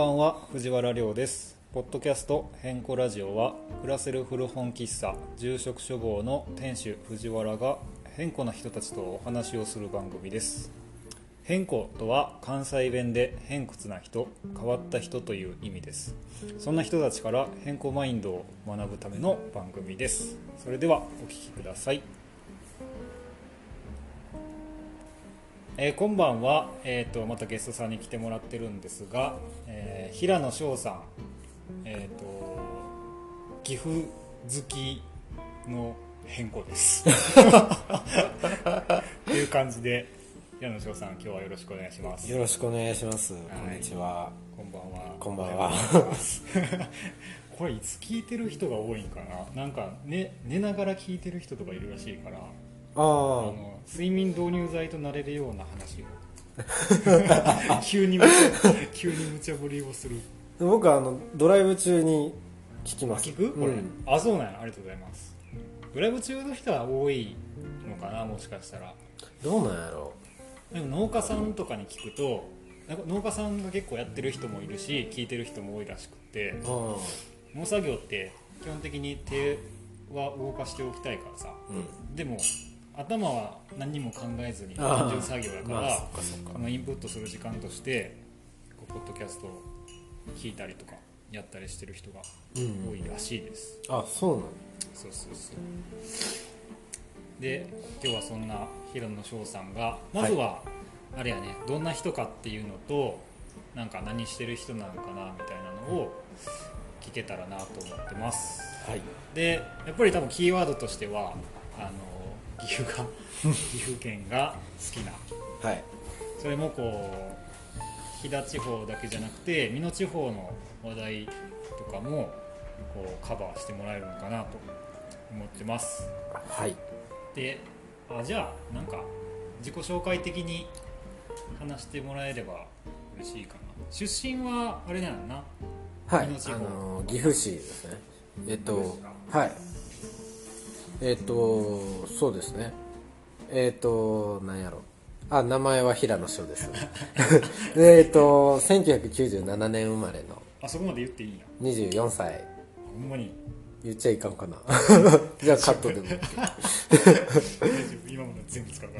んばんは、藤原亮です。ポッドキャスト変更ラジオは、暮らせる古本喫茶住職書房の店主藤原が変更な人たちとお話をする番組です。変更とは関西弁で偏屈な人、変わった人という意味です。そんな人たちから変更マインドを学ぶための番組です。それではお聞きください。今晩は、またゲストさんに来てもらってるんですが、平野翔さん、岐阜好きの変更ですという感じで、平野翔さん、今日はよろしくお願いします。 よろしくお願いします。こんにちは。 こんばんは。 こんばんは。 これいつ聞いてる人が多いんかな。なんか、寝ながら聞いてる人とかいるらしいから、睡眠導入剤となれるような話を急に無茶ぶりをする。 僕はドライブ中に聞きます。 聞くこれ、あ、そうなんや。ありがとうございます。ドライブ中の人は多いのかな、もしかしたら。 どうなんやろう。でも農家さんとかに聞くと、農家さんが結構やってる人もいるし、聞いてる人も多いらしくて、農作業って基本的に手は動かしておきたいからさ、でも頭は何も考えずに単純作業だから、インプットする時間としてポッドキャストを聞いたりとかやったりしてる人が多いらしいです。 あ、そうなの。 そうで、今日はそんな平野翔さんがまずはあれやね、どんな人かっていうのと、なんか何してる人なのかなみたいなのを聞けたらなと思ってます。で、やっぱり多分キーワードとしては岐阜県が好きな、それもこう飛騨地方だけじゃなくて美濃地方の話題とかもこうカバーしてもらえるのかなと思ってます。で、じゃあなんか自己紹介的に話してもらえれば嬉しいかな。出身はあれなんやな、美濃地方、 岐阜市ですね。そうですね。なんやろ。名前は平野翔です。で、1997年生まれの。 あ、そこまで言っていいんや。 24歳。 ほんまに言っちゃいかんかな。じゃあカットでも。 今まで全部使うから。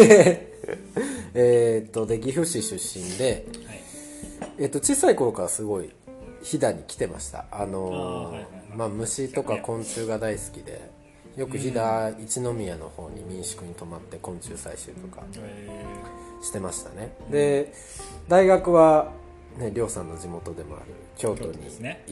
で、岐阜市出身で、小さい頃からすごい飛騨に来てました。虫とか昆虫が大好きで、よく飛騨一宮の方に民宿に泊まって昆虫採集とかしてましたね。で、大学はね、亮さんの地元でもある京都に行って、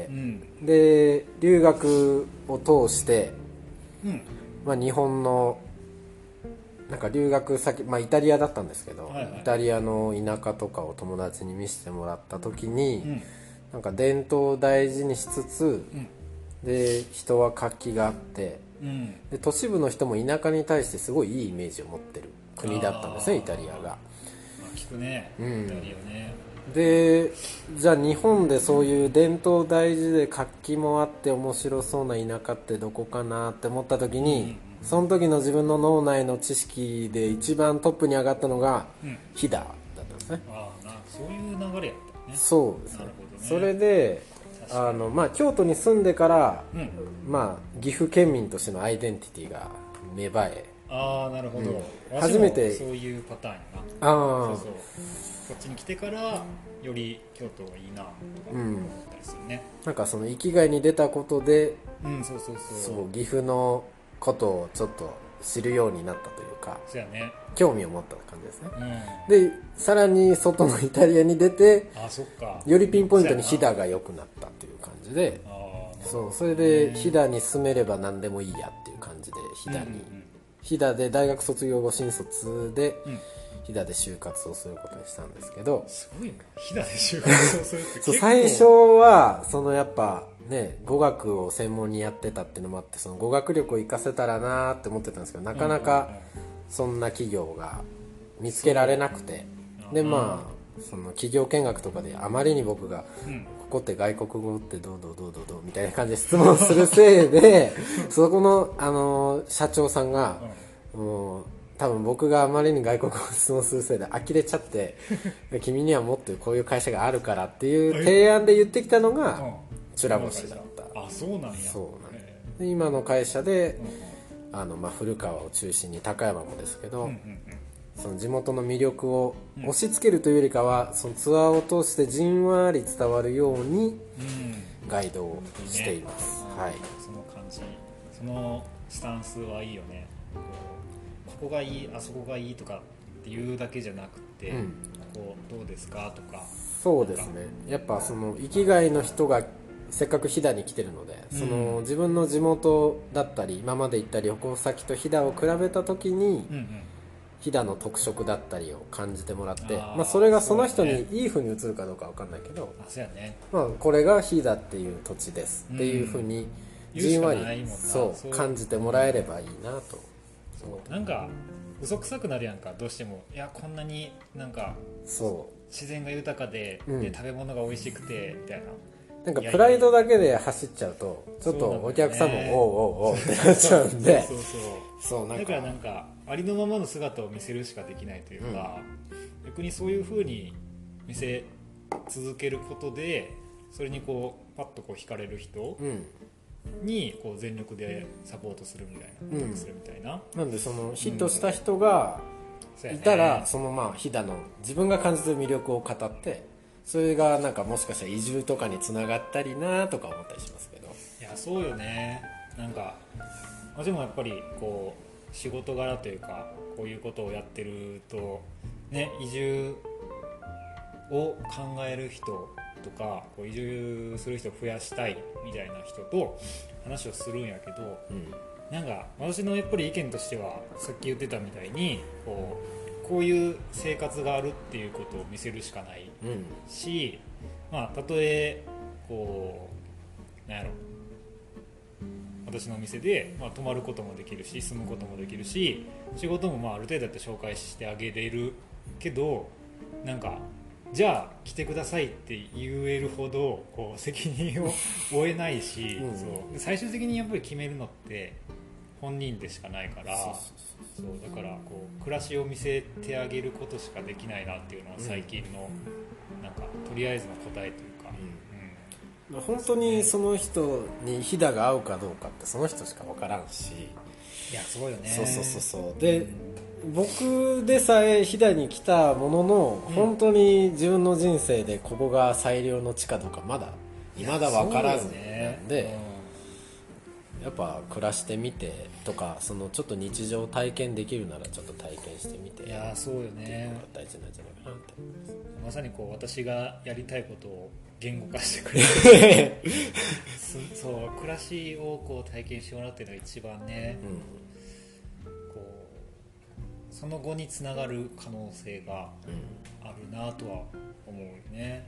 で、留学を通して、日本のなんか留学先、イタリアだったんですけど、イタリアの田舎とかを友達に見せてもらった時に、なんか伝統を大事にしつつ、で、人は活気があって、で、都市部の人も田舎に対してすごいいいイメージを持ってる国だったんですね、イタリアが。 聞くね、イタリアね。 で、じゃあ日本でそういう伝統大事で活気もあって面白そうな田舎ってどこかなって思った時に、その時の自分の脳内の知識で一番トップに上がったのが飛騨だったんですね。 そういう流れやったね。 そうですね。それで京都に住んでから、岐阜県民としてのアイデンティティが芽生え、 なるほど、 初めてそういうパターンやな。そうこっちに来てからより京都がいいなとか思ったりするね。 なんかその生きがいに出たことで、 そう岐阜のことをちょっと知るようになったというか、 そうやね、 興味を持った感じですね。で、さらに外のイタリアに出て、よりピンポイントに飛騨が良くなったという感じで、それで飛騨に住めれば何でもいいやっていう感じで飛騨で大学卒業後新卒で飛騨で就活をすることにしたんですけど、 すごいな、飛騨で就活をするって結構最初はやっぱね、語学を専門にやってたっていうのもあって、その語学力を活かせたらなって思ってたんですけど、なかなかそんな企業が見つけられなくて、で、その企業見学とかであまりに僕が、ここって外国語ってどうみたいな感じで質問するせいでそこの社長さんが、もう多分僕があまりに外国語を質問するせいで呆れちゃって君にはもっとこういう会社があるからっていう提案で言ってきたのがチュラボシだった。 あ、そうなんや。 そうなんで今の会社で、古川を中心に高山もですけど、その地元の魅力を押し付けるというよりかは、そのツアーを通してじんわり伝わるようにガイドをしています、はい、 その感じ、そのスタンスはいいよね。ここがいい、あそこがいいとかっていうだけじゃなくて、ここどうですかとか。 そうですね、やっぱその生きがいの人がせっかく飛騨に来てるので、その自分の地元だったり今まで行った旅行先と飛騨を比べた時に、飛騨の特色だったりを感じてもらって、それがその人にいい風に映るかどうか分かんないけど、 そうやね、 これが飛騨っていう土地ですっていう風にじんわりそう感じてもらえればいいなと。 そうなんか嘘くさくなるやんか、どうしても。いや、こんなになんかそう自然が豊かで、で食べ物が美味しくてみたいな、 なんかプライドだけで走っちゃうとちょっとお客さんもおうおうおうってなっちゃうんで、そうだからなんかありのままの姿を見せるしかできないというか、逆にそういう風に見せ続けることで、それにこうパッとこう惹かれる人にこう全力でサポートするみたいな、するみたいな。 なんでそのヒットした人がいたら、その飛騨の自分が感じてる魅力を語って、それがなんかもしかしたら移住とかにつながったりなとか思ったりしますけど。 いや、そうよね。なんか私もやっぱりこう仕事柄というか、こういうことをやってるとね、移住を考える人とか、こう移住する人を増やしたいみたいな人と話をするんやけど、なんか私のやっぱり意見としては、さっき言ってたみたいにこういう生活があるっていうことを見せるしかないし、たとえこうなんやろ、私のお店で、泊まることもできるし、住むこともできるし、仕事もある程度だって紹介してあげれるけど、なんかじゃあ来てくださいって言えるほどこう責任を負えないし、そう最終的にやっぱり決めるのって本人でしかないから、そうだからこう暮らしを見せてあげることしかできないなっていうのは最近のなんかとりあえずの答えというか、 本当にその人に飛騨が合うかどうかってその人しか分からんし。 いや、すごいよね。 そうで、僕でさえ飛騨に来たものの、本当に自分の人生でここが最良の地かどうかまだ分からずなんで、やっぱ暮らしてみてとか、そのちょっと日常体験できるならちょっと体験してみて、 いや、そうよね、 大事なんじゃないかなって思います。 まさにこう私がやりたいことを言語化してくれるそう暮らしをこう体験してもらうっていうのが一番ね、こうその後につながる可能性があるなとは思うよね。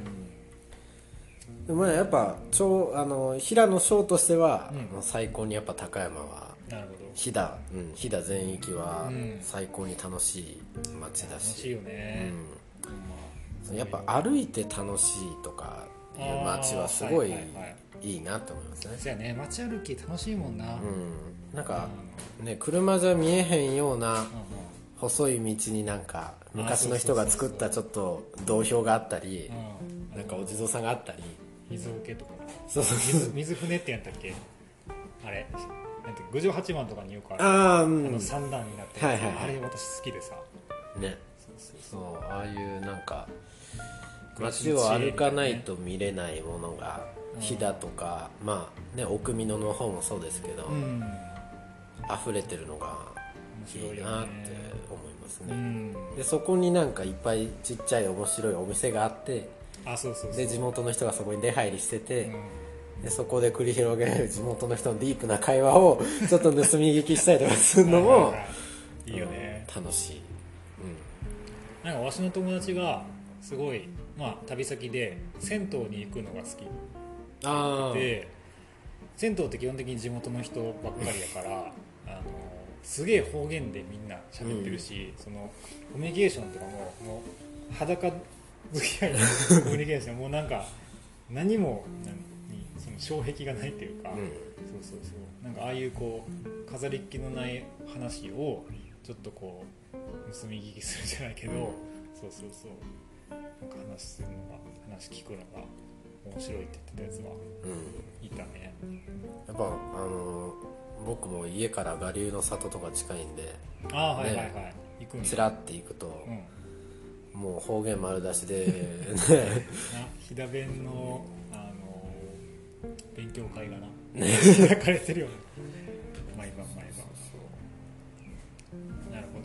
でもやっぱ平野翔としては、最高にやっぱ高山は飛騨全域は最高に楽しい街だし、 楽しいよね、 やっぱ歩いて楽しいとかいう街はすごいいいなと思いますね。 そうやね、街歩き楽しいもんな。 なんかね、車じゃ見えへんような細い道になんか昔の人が作ったちょっと道標があったり、なんかお地蔵さんがあったり、 水桶とか、 水船ってやったっけ、あれなんて五条八幡とかによくある三段になってる、あれ私好きでさね。そうああいうなんか街を歩かないと見れないものが飛騨とか、奥美濃の方もそうですけど、溢れてるのがいいなって思いますね。でそこになんかいっぱいちっちゃい面白いお店があって、で地元の人がそこに出入りしてて、でそこで繰り広げられる地元の人のディープな会話をちょっと盗み聞きしたりとかするのもいいよね、 楽しい。 なんかわしの友達がすごい、旅先で銭湯に行くのが好きで、銭湯って基本的に地元の人ばっかりやからすげえ方言でみんな喋ってるし、そのコミュニケーションとかもう裸付き合いのコミュニケーションもうなんか何もその障壁がないっていうか、なんかああいうこう飾りっ気のない話をちょっとこう盗み聞きするじゃないけど、そうそうそう、なんか話聞くのが面白いって言ってたやつはいたね。 やっぱ僕も家から我流の里とか近いんで、 はいはいはい、行くんちらって行くと、もう方言丸出しで飛騨弁の、勉強会がな開かれてるよね毎晩そうなるほ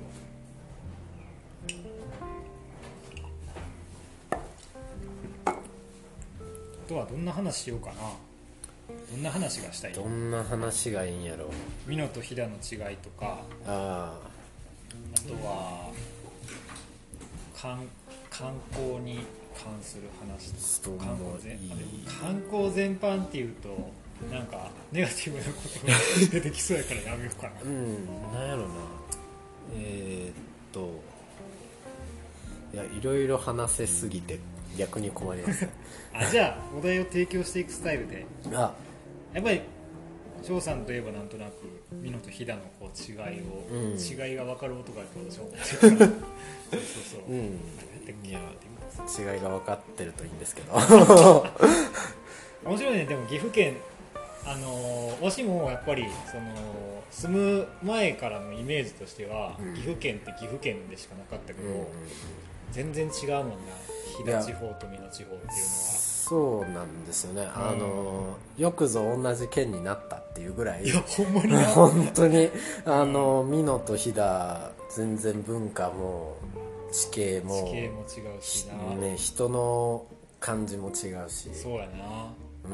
ど。あとはどんな話しようかな。どんな話がしたい？ どんな話がいいんやろ。 美濃と飛騨の違いとか、あとは観光に関する話とか、観光全般っていうとなんかネガティブなことが出てきそうやからやめようかな。 なんやろな。いや、いろいろ話せすぎて逆に困りますじゃあお題を提供していくスタイルで、 やっぱり翔さんといえばなんとなく美濃と飛騨のこう違いが分かる男がってことでしょそうそうそう、 いや違いが分かってるといいんですけど面白いね。でも岐阜県わしもやっぱり住む前からのイメージとしては、岐阜県って岐阜県でしかなかったけど、全然違うもんな、飛騨地方と美濃地方っていうのは。 そうなんですよね。よくぞ同じ県になったっていうぐらい、 いやほんまに本当に美濃と飛騨全然文化も地形も違うしな、 ね、人の感じも違うし、 そうやな。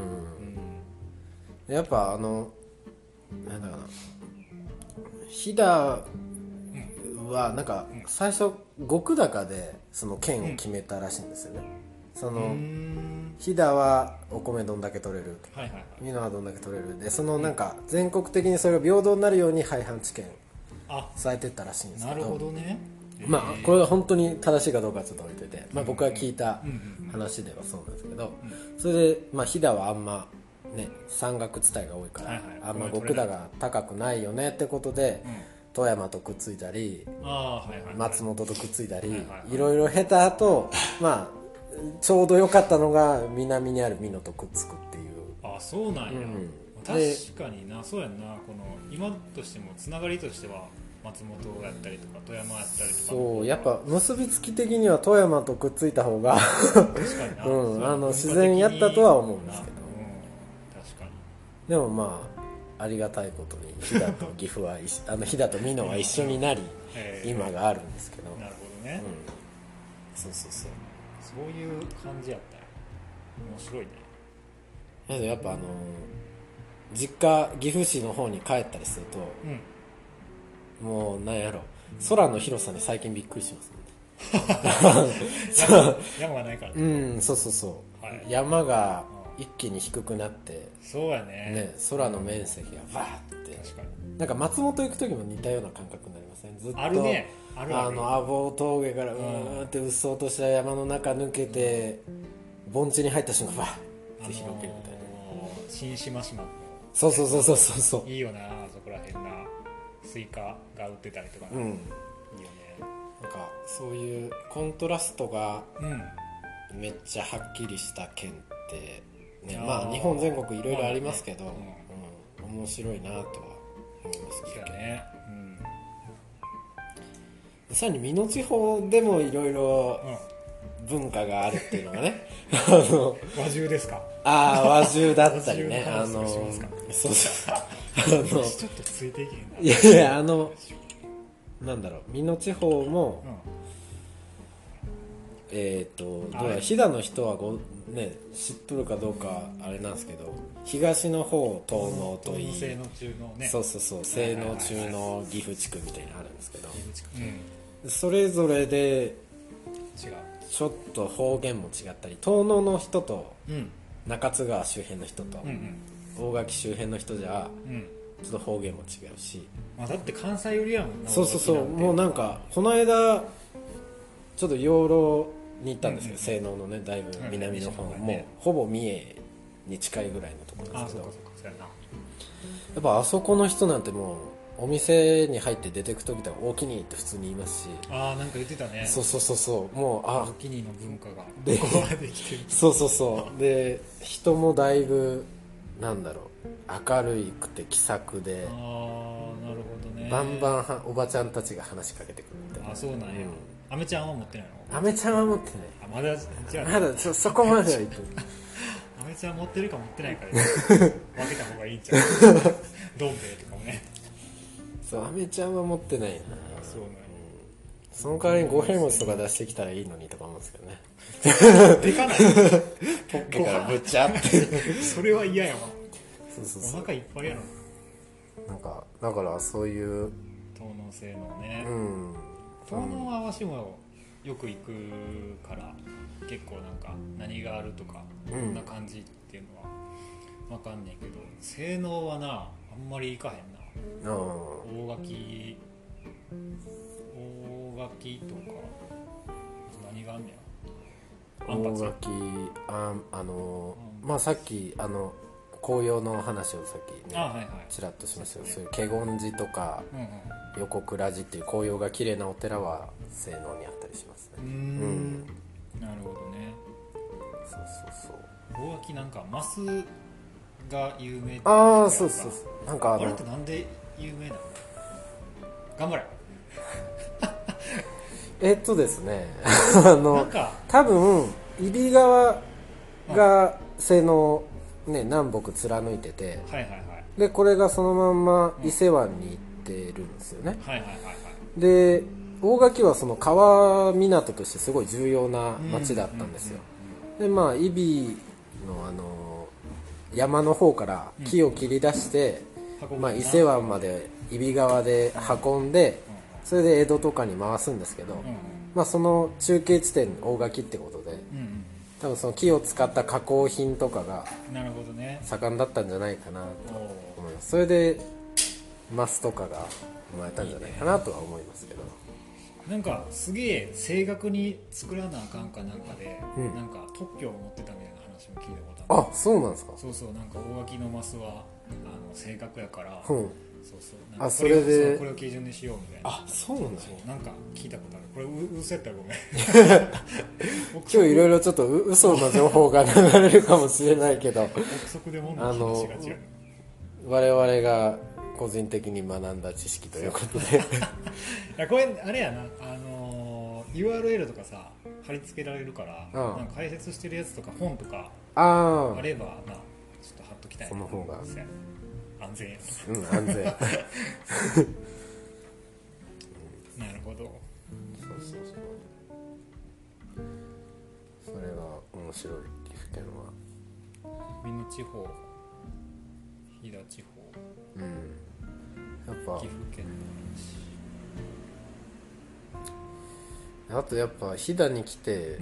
やっぱなんだかな、飛騨はなんか最初石高でその県を決めたらしいんですよね。飛騨はお米どんだけ取れる、美濃はどんだけ取れるで、なんか全国的にそれが平等になるように廃藩置県されてったらしいんですけど、 なるほどね。 これが本当に正しいかどうかはちょっと置いといて、僕が聞いた話ではそうなんですけど、それで飛騨はあんまね、山岳地帯が多いから、あんま石高が高くないよねってことで、富山とくっついたり、松本とくっついたり、いろいろ経た後、ちょうど良かったのが南にある美濃とくっつくっていう。 そうなんや、確かにな。そうやんな。この今としてもつながりとしては松本やったりとか富山やったりとか、 そうやっぱ結びつき的には富山とくっついた方が確かにな、 自然やったとは思うんですけど、 確かに。 でもありがたいことに飛騨と岐阜は飛騨と美濃は一緒になり今があるんですけど。 なるほどね、 そういう感じやったよ。面白いね。 やっぱ実家岐阜市の方に帰ったりすると、もうなんやろ、空の広さに最近びっくりしますね山がないからね。 そう、山が一気に低くなって、 そうやね、 空の面積がバーって、 確かになんか松本行く時も似たような感覚になりません？ずっとあるね、ある阿呆峠からってうっそうとした山の中抜けて、盆地に入った瞬間バーって広げるみたいな。 新島島もそういいよな、そこら辺な。スイカが売ってたりとかな、いいよね。 なんかそういうコントラストがめっちゃはっきりした県ってね、日本全国いろいろありますけど、面白いなとは思いますけどね。さらに美濃地方でもいろいろ文化があるっていうのがね和獣ですか？ 和獣だったりね、そうちょっとついていけへんな。 いやなんだろう、美濃地方も、どうやら飛騨の人は知っとるかどうかあれなんですけど、東の方東農といい、 西農中のね、 そう西農中の岐阜地区みたいなのあるんですけど、それぞれでちょっと方言も違ったり、東農の人と中津川周辺の人と大垣周辺の人じゃちょっと方言も違うし、 だって関西よりやもんな。 そうもうなんかこの間ちょっと養老に行ったんですけど、西農のねだいぶ南の方、もうほぼ三重に近いぐらいのところなんですけど、やっぱあそこの人なんてもお店に入って出てく時とか「おおきに」って普通に言いますし、 ああなんか言ってたね。 そうそうそうそう、もうおおきにの文化がでここまで来てる。 そうそうそうで、人もだいぶなんだろう、明るくて気さくで、 ああなるほどね。 バンバンおばちゃんたちが話しかけてくるみたいな。 あそうなんや、アメちゃんは持ってないの？ アメちゃんは持ってあまだじゃあない、まだそこまでは言ってないアメちゃん持ってるか持ってないかで分けた方がいいんちゃうどん兵衛とかもね。 そう、アメちゃんは持ってないな。 そうなんや。 その代わりに五平餅とか出してきたらいいのにとか思うんですけどね。 でかないポッケからぶっちゃってそれは嫌やわ。 そうそうそう、 お腹いっぱいやろ。 なんかだからそういう、 東納性能ね、 うん東納はわしもよく行くから結構なんか何があるとかどんな感じっていうのは分かんねえけど、性能はなあんまり行かへんな。大垣とか何があんねや。 大垣まあさっき紅葉の話をさっきね、 はいはい、 ちらっとしましたけど、そういう華厳寺とか、 うんうん、 横倉寺っていう紅葉が綺麗なお寺は性能にあったりしますね。 なるほどね。 そうそうそう、 大垣なんかマスが有名って。 ああそうそうそう、なんかあれってなんで有名なの？頑張れですねなんか多分揖斐川が性能ね、南北貫いてて、 はいはいはい、 でこれがそのまんま伊勢湾に行ってるんですよね、 はいはいはいはい。 で大垣はその川港としてすごい重要な町だったんですよ。でまあ揖斐の山の方から木を切り出して、まあ、伊勢湾まで揖斐川で運んで、それで江戸とかに回すんですけど、まあ、その中継地点大垣ってことで、多分その木を使った加工品とかが盛んだったんじゃないかなと思います。それでマスとかが生まれたんじゃないかなとは思いますけど、 なんかすげえ正確に作らなあかんかなんかで、なんか特許を持ってたみたいな話も聞いたことある。 あ、そうなんですか。 そうそう、なんか大垣のマスは正確やから、 そうそうなんかそれでこれを基準にしようみたいな。 あ、そうなんですね。 なんか聞いたことある。これ嘘やったらごめん今日いろいろちょっと嘘の情報が流れるかもしれないけど憶測でもんの話が違う。 我々が個人的に学んだ知識ということでいやこれあれやな、URL とかさ貼り付けられるから、なんか解説してるやつとか本とかあればな、ちょっと貼っときたいな。 その方が安全や安全なるほど。 そうそうそう、それが面白い岐阜県は。 美濃地方、飛騨地方、 やっぱ岐阜県あとやっぱ飛騨に来て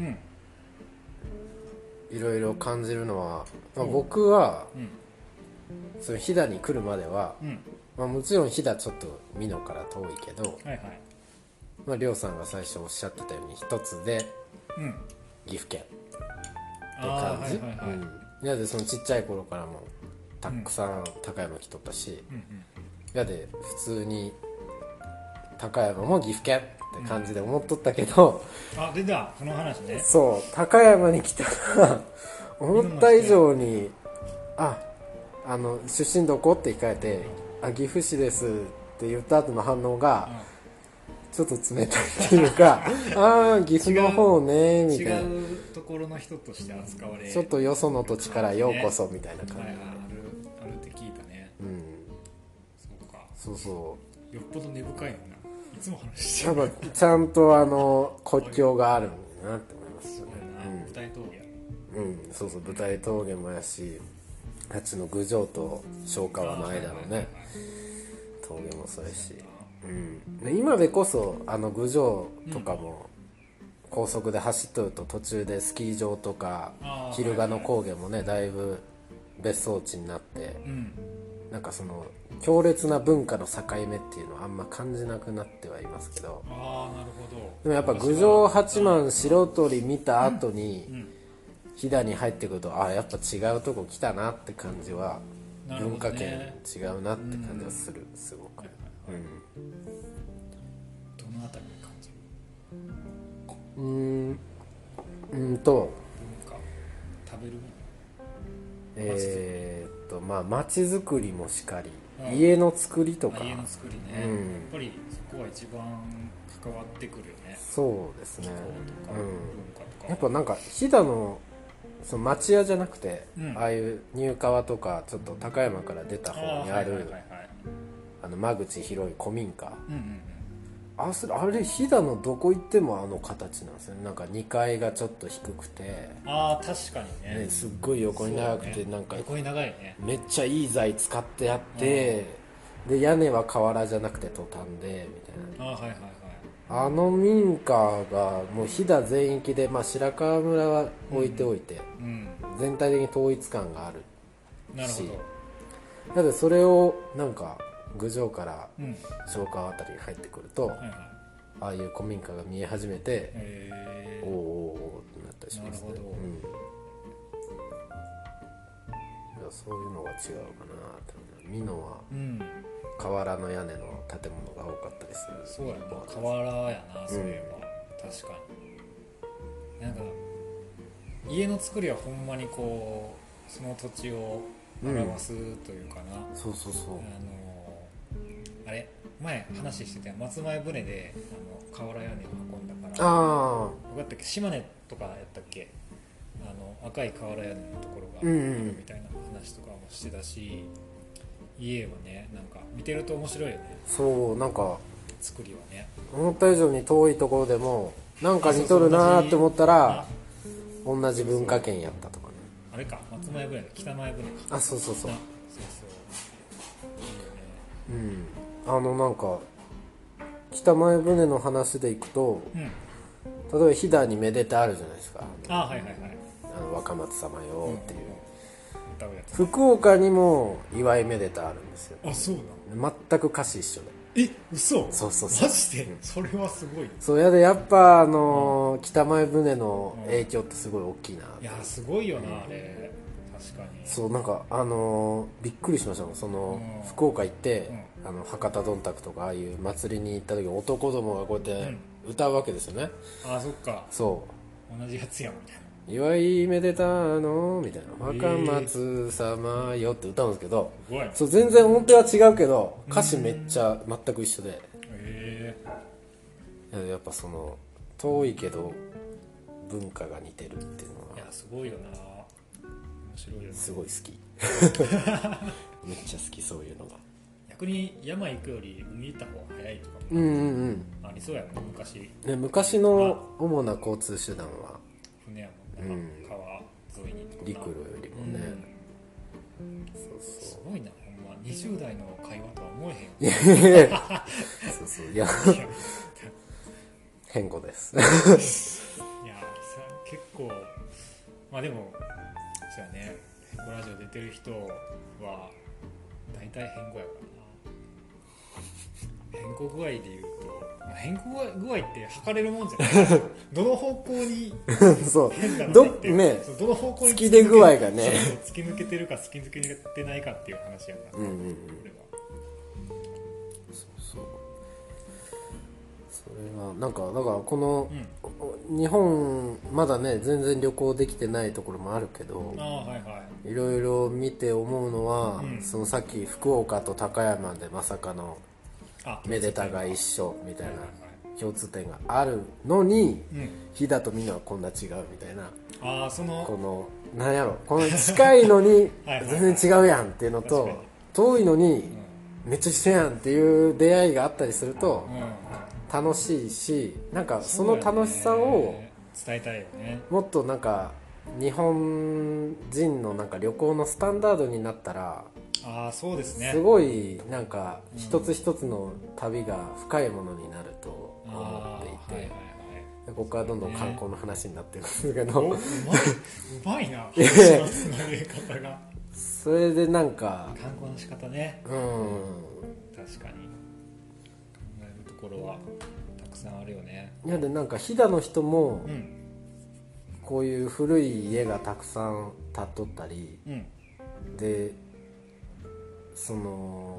いろいろ感じるのは、まあ、僕は、その飛騨に来るまでは、まあ、もちろん飛騨ちょっと美濃から遠いけど、まあ、亮さんが最初おっしゃってたように一つで、岐阜県って感じ。やでそのちっちゃい頃からもたくさん高山来とったし、やで普通に高山も岐阜県って感じで思っとったけど、 あ出たその話ね。 そう高山に来たら思った以上に出身どこって聞かれて岐阜市ですって言った後の反応が、ちょっと冷たいっていうか岐阜の方ねみたいな、 違うところの人として扱われ、 ちょっとよその土地からようこそみたいな感じで、 あるって聞いたね。そうか。 そうそよっぽど根深いのな。いつも話してる。やっぱちゃんと国境があるんだなって思いますよね。 舞台峠。 そうそう、舞台峠もやし、あっちの郡上と昭川の間のね峠もそうやし、今でこそ郡上とかも高速で走っとると途中でスキー場とか蛭ヶの高原もねだいぶ別荘地になって、なんかその強烈な文化の境目っていうのはあんま感じなくなってはいますけど、 なるほど。 でもやっぱ郡上八幡白鳥見た後に飛騨に入ってくるとやっぱ違うとこ来たなって感じは、文化圏違うなって感じはする、すごく。 どのあたりに感じる？ 文化食べるまあ街づくりもしかり、家の作りとか、 家の作りね、やっぱりそこは一番関わってくるよね。 そうですね。 気候とか文化とか、 やっぱなんか飛騨のその町屋じゃなくて、ああいう入川とかちょっと高山から出た方にある間口広い古民家、あれ飛騨のどこ行ってもあの形なんですよね。なんか2階がちょっと低くて、 確かにね、 すっごい横に長くて、なんか横に長いね、 めっちゃいい材使ってあって、で屋根は瓦じゃなくてトタンでみたいな、あの民家がもう飛騨全域で、まあ、白川村は置いておいて、全体的に統一感があるし、なのでそれをなんか郡上から昭川あたりに入ってくると、ああいう古民家が見え始めて、おおってなったりしますね。そういうのが違うかなって。美濃は瓦の屋根の建物が多かったりする。 そうやな、瓦やな、そういえば、確かに。なんか家の作りはほんまにこうその土地を表すというかな、 そうそうそう、 あれ前話してた松前船で瓦屋根を運んだから、どうやったっけ、島根とかやったっけ、赤い瓦屋根のところがあるみたいな話とかもしてたし、家はね、なんか見てると面白いよね。 そう、なんか作りはね、 思った以上に遠いところでもなんか似とるなーって思ったら同じ文化圏やったとかね。 あれか、松前船で北前船か。 そうそうそう、なんか北前船の話でいくと、例えば飛騨にめでてあるじゃないですか。若松様よっていう、福岡にも祝いめでたあるんですよ。 そうなの？全く歌詞一緒で。 嘘？ そうマジで？それはすごい。 そうやっぱ北前船の影響ってすごい大きいな。 いやすごいよな、あれ。確かに。 そう、なんかびっくりしましたもん。その福岡行って、博多どんたくとかああいう祭りに行った時に男どもがこうやって歌うわけですよね。 そっか。 そう、同じやつやんみたいな。 祝いめでたのみたいな、若松様よって歌うんですけど、そう全然音程は違うけど歌詞めっちゃ全く一緒で、やっぱその遠いけど文化が似てるっていうのは、 いやすごいよな、面白いよね。 すごい好きめっちゃ好き、そういうのが。 逆に山行くより海行った方が早いとかもありそうやもん、昔ね。昔の主な交通手段は船やもんな、川沿いにとか陸路よりもね、 すごいな、ほんま20代の会話とは思えへんそうそう、いや変更ですいや結構まあでもそうやね、変更ラジオ出てる人は大体変更やからな。変更具合でいうと、変更具合って測れるもんじゃないどの方向にそう変なのってね、どの方向に突き出具合がね、 突き抜けてるか突き抜けてないかっていう話やな、これは。 そうそれはなんかだからこの、日本まだね全然旅行できてないところもあるけど、いろいろ見て思うのは、そのさっき福岡と高山でまさかのめでたが一緒みたいな共通点があるのに、飛騨とみんなはこんな違うみたいな、このなんやろ、この近いのに全然違うやんっていうのと遠いのにめっちゃ一緒やんっていう出会いがあったりすると楽しいし、なんかその楽しさを伝えたいよね。 もっとなんか日本人のなんか旅行のスタンダードになったら、 そうですね、 すごいなんか一つ一つの旅が深いものになると思っていて、ここからどんどん観光の話になってるんですけど、 うまいな話のつなげ方がそれでなんか観光の仕方ね、確かに考えるところはたくさんあるよね。 いやでなんか飛騨の人も、こういう古い家がたくさん建っとったり、でその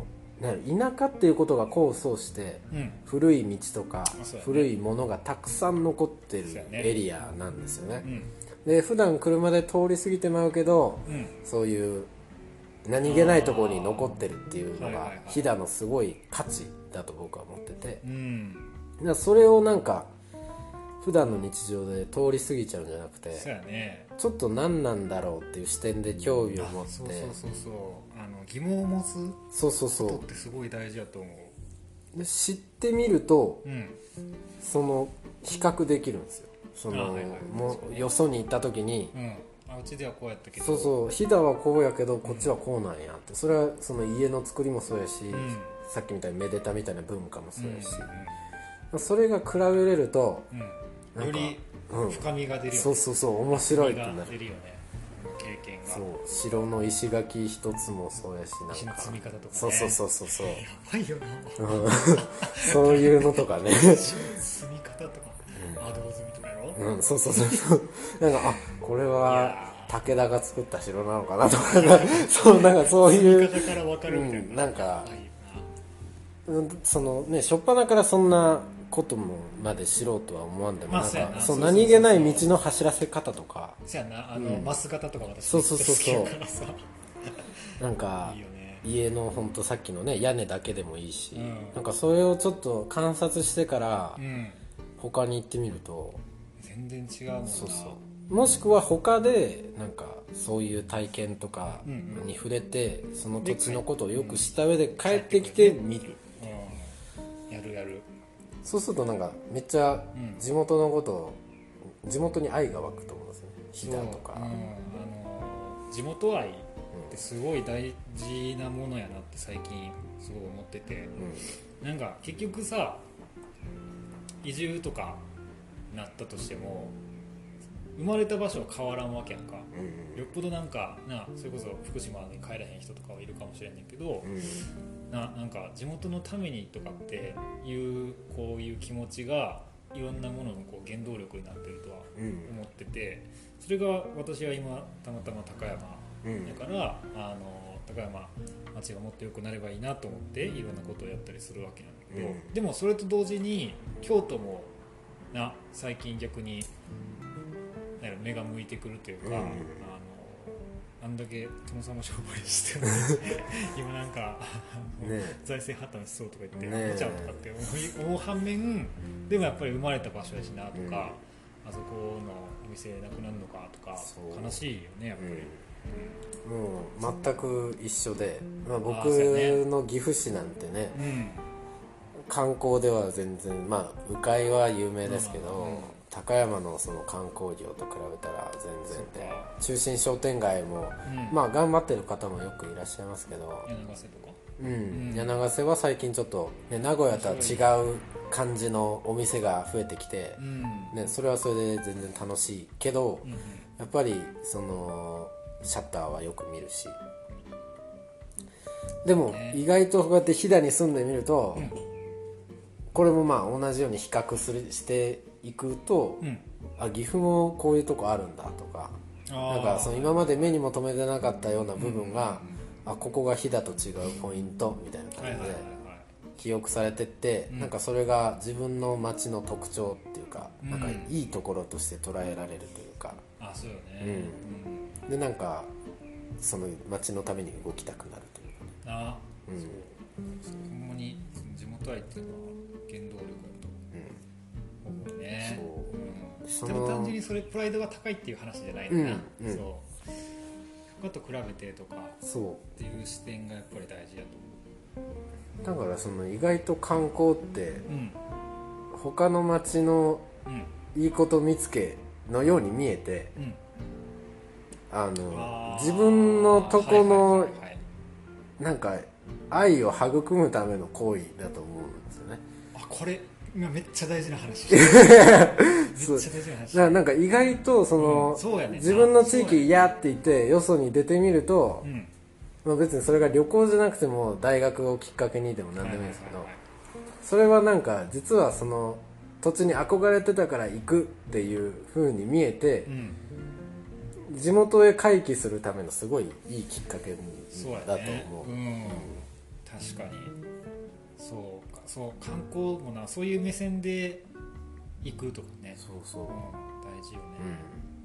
田舎っていうことが功を奏して、古い道とか、古いものがたくさん残ってるエリアなんですよね。で普段車で通り過ぎてまうけど、そういう何気ないところに残ってるっていうのが飛騨のすごい価値だと僕は思ってて、だからそれをなんか普段の日常で通り過ぎちゃうんじゃなくて、ちょっと何なんだろうっていう視点で興味を持って、 そう疑問を持つことってすごい大事だと思う。 で知ってみると、その比較できるんですよ。そのもうよそに行った時に、 うちではこうやったけど、 飛騨はこうやけどこっちはこうなんやって、それはその家の作りもそうやし、さっきみたいにめでたみたいな文化もそうやし、それが比べれると、 より深みが出るよね。 そう面白いってなる。 出るよね、経験が。 城の石垣一つもそうやし、 石の積み方とかね。 そうやばいよなそういうのとかね石の積み方とか、アド積みとかやろ。 そうなんかこれは武田が作った城なのかなとかなんかそういう積み方から分かるみたいな、 なんかそのね、初っ端からそんなこともまで知ろうとは思わんでも、なんか何気ない道の走らせ方とか、 そうやな、マス型とか私そう好きやからさ、 なんかいいよね。 家のほんとさっきのね屋根だけでもいいし、なんかそれをちょっと観察してから他に行ってみると全然違うもんな。 もしくは他でなんかそういう体験とかに触れて、その土地のことをよく知った上で帰ってきて見る、 やる。 そうするとなんかめっちゃ地元のことを、地元に愛が湧くと思うんですよね。飛騨とか、 地元愛ってすごい大事なものやなって最近すごい思ってて、なんか結局さ、移住とかなったとしても生まれた場所は変わらんわけやんか、よっぽどなんかそれこそ福島に帰らへん人とかはいるかもしれんねんけど、なんか地元のためにとかっていうこういう気持ちがいろんなもののこう原動力になってるとは思ってて、それが私は今たまたま高山だから、高山町がもっと良くなればいいなと思っていろんなことをやったりするわけなんだけど、でもそれと同時に京都も最近逆に目が向いてくるというか、あんだけ殿様商売してる今なんか財政破綻しそうとか言って見ちゃうとかって思う反面、でもやっぱり生まれた場所やしなとか、あそこのお店なくなるのかとか悲しいよねやっぱり。 もう全く一緒で、僕の岐阜市なんてね、観光では全然鵜飼は有名ですけど、高山のその観光業と比べたら全然で、中心商店街も、頑張ってる方もよくいらっしゃいますけど、 柳ヶ瀬とか、 柳ヶ瀬は最近ちょっと、名古屋とは違う感じのお店が増えてきて、それはそれで全然楽しいけど、やっぱりそのシャッターはよく見るし、でも意外とこうやって飛騨に住んでみると、これも同じように比較していくと、岐阜もこういうとこあるんだとか、なんかその今まで目にも留めてなかったような部分が、ここが飛騨と違うポイントみたいな感じで記憶されてって、なんかそれが自分の町の特徴っていうか、なんかいいところとして捉えられるというか、 そうよね、 でなんかその町のために動きたくなるというかね。 ほんまに地元愛っていうのは原動力だと思うね。でも単純にそれプライドが高いっていう話じゃないんだな、他と比べてとかっていう視点がやっぱり大事だと思う。 だからその意外と観光って、他の町のいいこと見つけのように見えて、自分のとこのなんか愛を育むための行為だと思うんですよね。 これ今めっちゃ大事な話めっちゃ大事な話なんか意外とその、自分の地域嫌って言ってよそに出てみると、別にそれが旅行じゃなくても大学をきっかけにでも何でもいいんですけど、それはなんか実はその土地に憧れてたから行くっていう風に見えて、地元へ回帰するためのすごいいいきっかけだと思う。 確かにそうか、そう観光もな、そういう目線で行くとかね、 そうそう、 大事よね、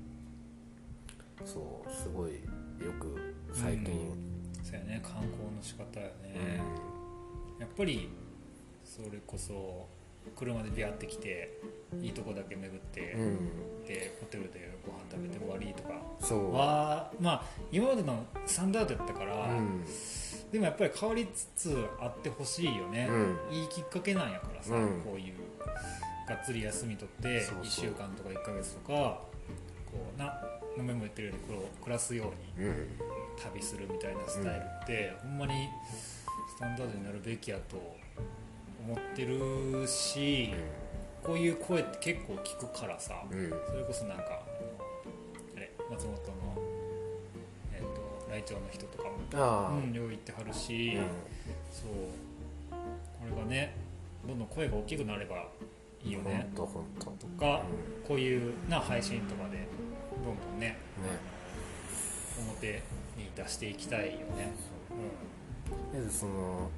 そうすごいよく最近、 そうやね、観光の仕方やね、やっぱりそれこそ車でビャって来ていいとこだけ巡って、でホテルでご飯食べて終わりとかはまあ今までのスタンダードやったから、でもやっぱり変わりつつあってほしいよね、いいきっかけなんやからさ、こういうがっつり休み取って1週間とか1ヶ月とかこうな飲めも言ってるように暮らすように旅するみたいなスタイルって、ほんまにスタンダードになるべきやと思ってるし、こういう声って結構聞くからさ、それこそなんかあれ松本の、来庁の人とかもよう言ってはるし、そうこれがねどんどん声が大きくなればいいよねとか、こういうな配信とかでどんどんね表に出していきたいよね。 その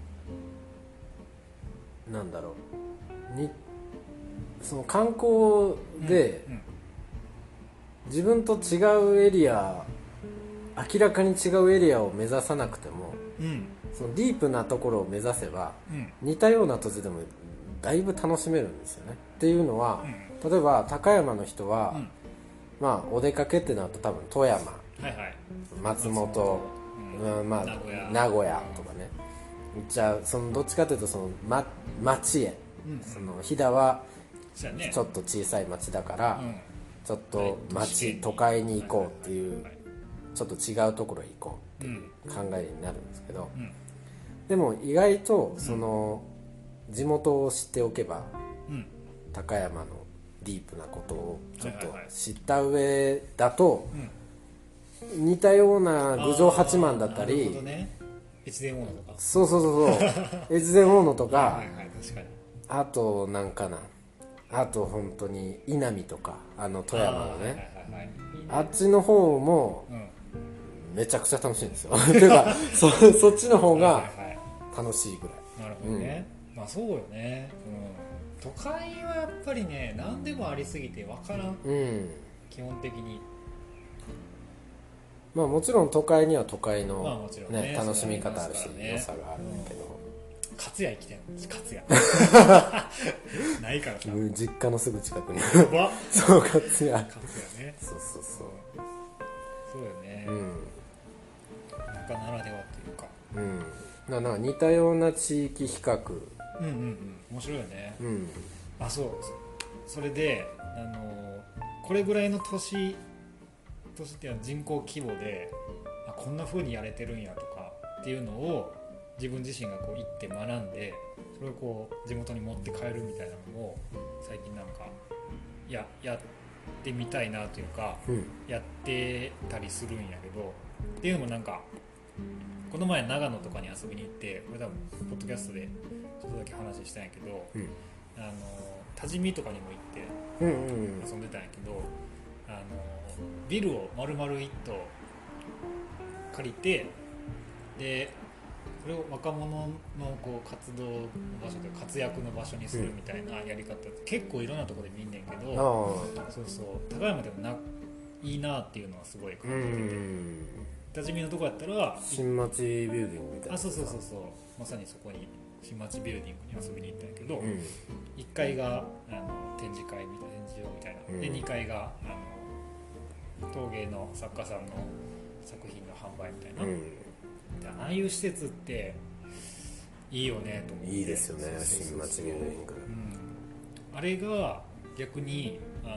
なんだろうに、その観光で自分と違うエリア、明らかに違うエリアを目指さなくても、そのディープなところを目指せば、似たような土地でもだいぶ楽しめるんですよね。っていうのは、例えば高山の人は、まあお出かけってなると多分富山、松本、まあ名古屋とかね、じゃあそのどっちかというとその、町へ、その飛騨はちょっと小さい町だから、ちょっと都会に行こうっていう、ちょっと違うところへ行こうっていう考えになるんですけど、でも意外とその地元を知っておけば、高山のディープなことをちょっと知った上だと、似たような郡上八幡だったり、 越前大野とか、 そう越前大野とか、あとなんかな、あと本当に稲見とか、富山のね、あっちの方もめちゃくちゃ楽しいんですよていうかそっちの方が楽しいぐらい。 なるほどね、まあそうよね、都会はやっぱりね何でもありすぎて分からん、基本的に。 まあもちろん都会には都会の、 まあもちろんね、 楽しみ方あるし、良さがあるんだけど、 勝谷行きたいもん、勝谷ないからさ、 実家のすぐ近くにそう勝谷ね、 そうよね、なんかならではというか、 なんか似たような地域比較、 面白いよね、あ、それでこれぐらいの年っていうのは人口規模でこんな風にやれてるんやとかっていうのを自分自身がこう行って学んで、それをこう地元に持って帰るみたいなのを最近なんかやってみたいなというか、やってたりするんやけど、っていうのもなんかこの前長野とかに遊びに行って、これ多分ポッドキャストでちょっとだけ話したんやけど、多治見とかにも行って遊んでたんやけど、ビルを丸々一棟借りて、でそれを若者のこう活動の場所で活躍の場所にするみたいなやり方って、結構いろんなところで見んねんけど、高山でもいいなっていうのはすごい感じてて、多治見のとこやったら新町ビューディングみたいな、 そうまさにそこに新町ビルディングに遊びに行ったんやけど、1階が展示場みたいな、で2階が陶芸の作家さんの作品の販売みたいな、ああいう施設っていいよねと思って。 いいですよね、新町ビルディング、 あれが逆に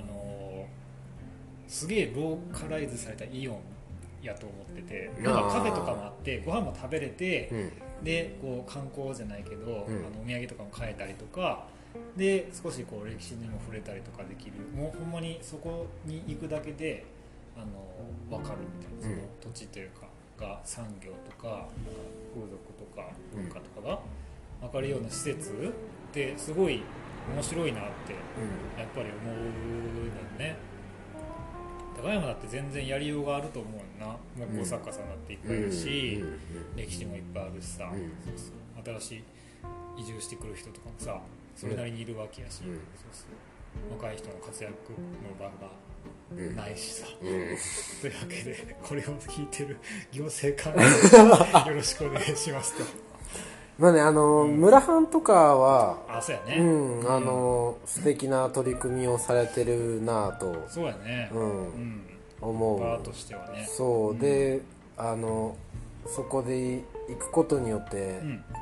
すげえローカライズされたイオンやと思ってて、なんかカフェとかもあってご飯も食べれて、でこう観光じゃないけど、お土産とかも買えたりとかで、少しこう歴史にも触れたりとかできる、もうほんまにそこに行くだけで分かるみたいな、その土地というかが産業とか風俗とか文化とかが分かるような施設ってすごい面白いなってやっぱり思うんだよね。 高山だって全然やりようがあると思うよな。木工作家さんだっていっぱいいるし、歴史もいっぱいあるしさ、そうそう新しい移住してくる人とかもさそれなりにいるわけやし、そうそう若い人の活躍の場がないしさ、というわけでこれを聞いてる行政官よろしくお願いしますと。 まあね、村藩とかはそうやね、 素敵な取り組みをされてるなぁと、 そうやね、 思う。 バーとしてはね。 そう、でそこで行くことによって、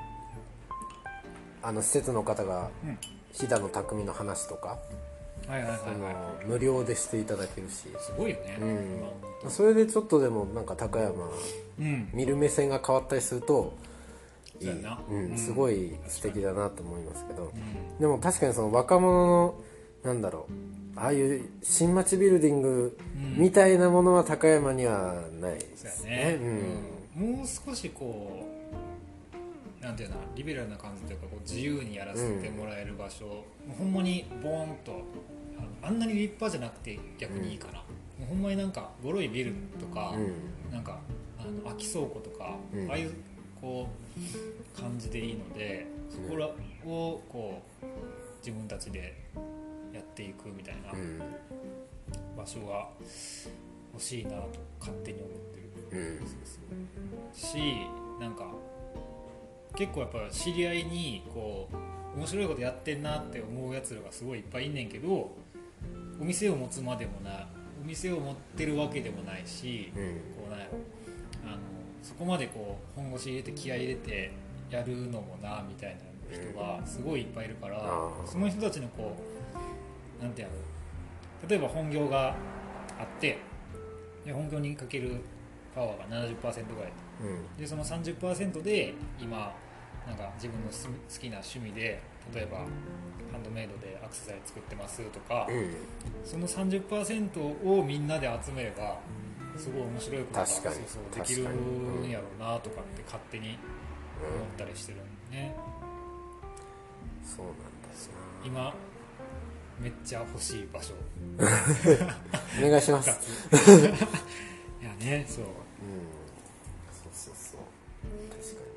施設の方が飛騨の匠の話とか無料でしていただけるし、 すごいよね、 それでちょっとでもなんか高山、見る目線が変わったりするといい、すごい素敵だなと思いますけど、でも確かにその若者のなんだろう、ああいう新町ビルディングみたいなものは高山にはないですね。 もう少しこうなんていうの、リベラルな感じというか、こう自由にやらせてもらえる場所、もうほんまにボーンとあんなに立派じゃなくて逆にいいかな、もうほんまになんかボロいビルとか、なんか空き倉庫とか、ああいうこう感じでいいので、そこらをこう自分たちでやっていくみたいな場所が欲しいなと勝手に思ってる、し、なんか結構やっぱ知り合いにこう面白いことやってんなって思うやつらがすごいいっぱいいんねんけど、お店を持つまでもない、お店を持ってるわけでもないし、こうなんやろ、そこまでこう本腰入れて気合い入れてやるのもなみたいな人がすごいいっぱいいるから、その人たちのこうなんてやろう、例えば本業があってで本業にかけるパワーが 70% ぐらい、でその 30% で今なんか自分の好きな趣味で例えばハンドメイドでアクセサリー作ってますとか、その 30% をみんなで集めればすごい面白いことがそうできるんやろうなとかって勝手に思ったりしてるんでね、 そうなんですよ。 今めっちゃ欲しい場所お願いしますいやね、そう、 そう確か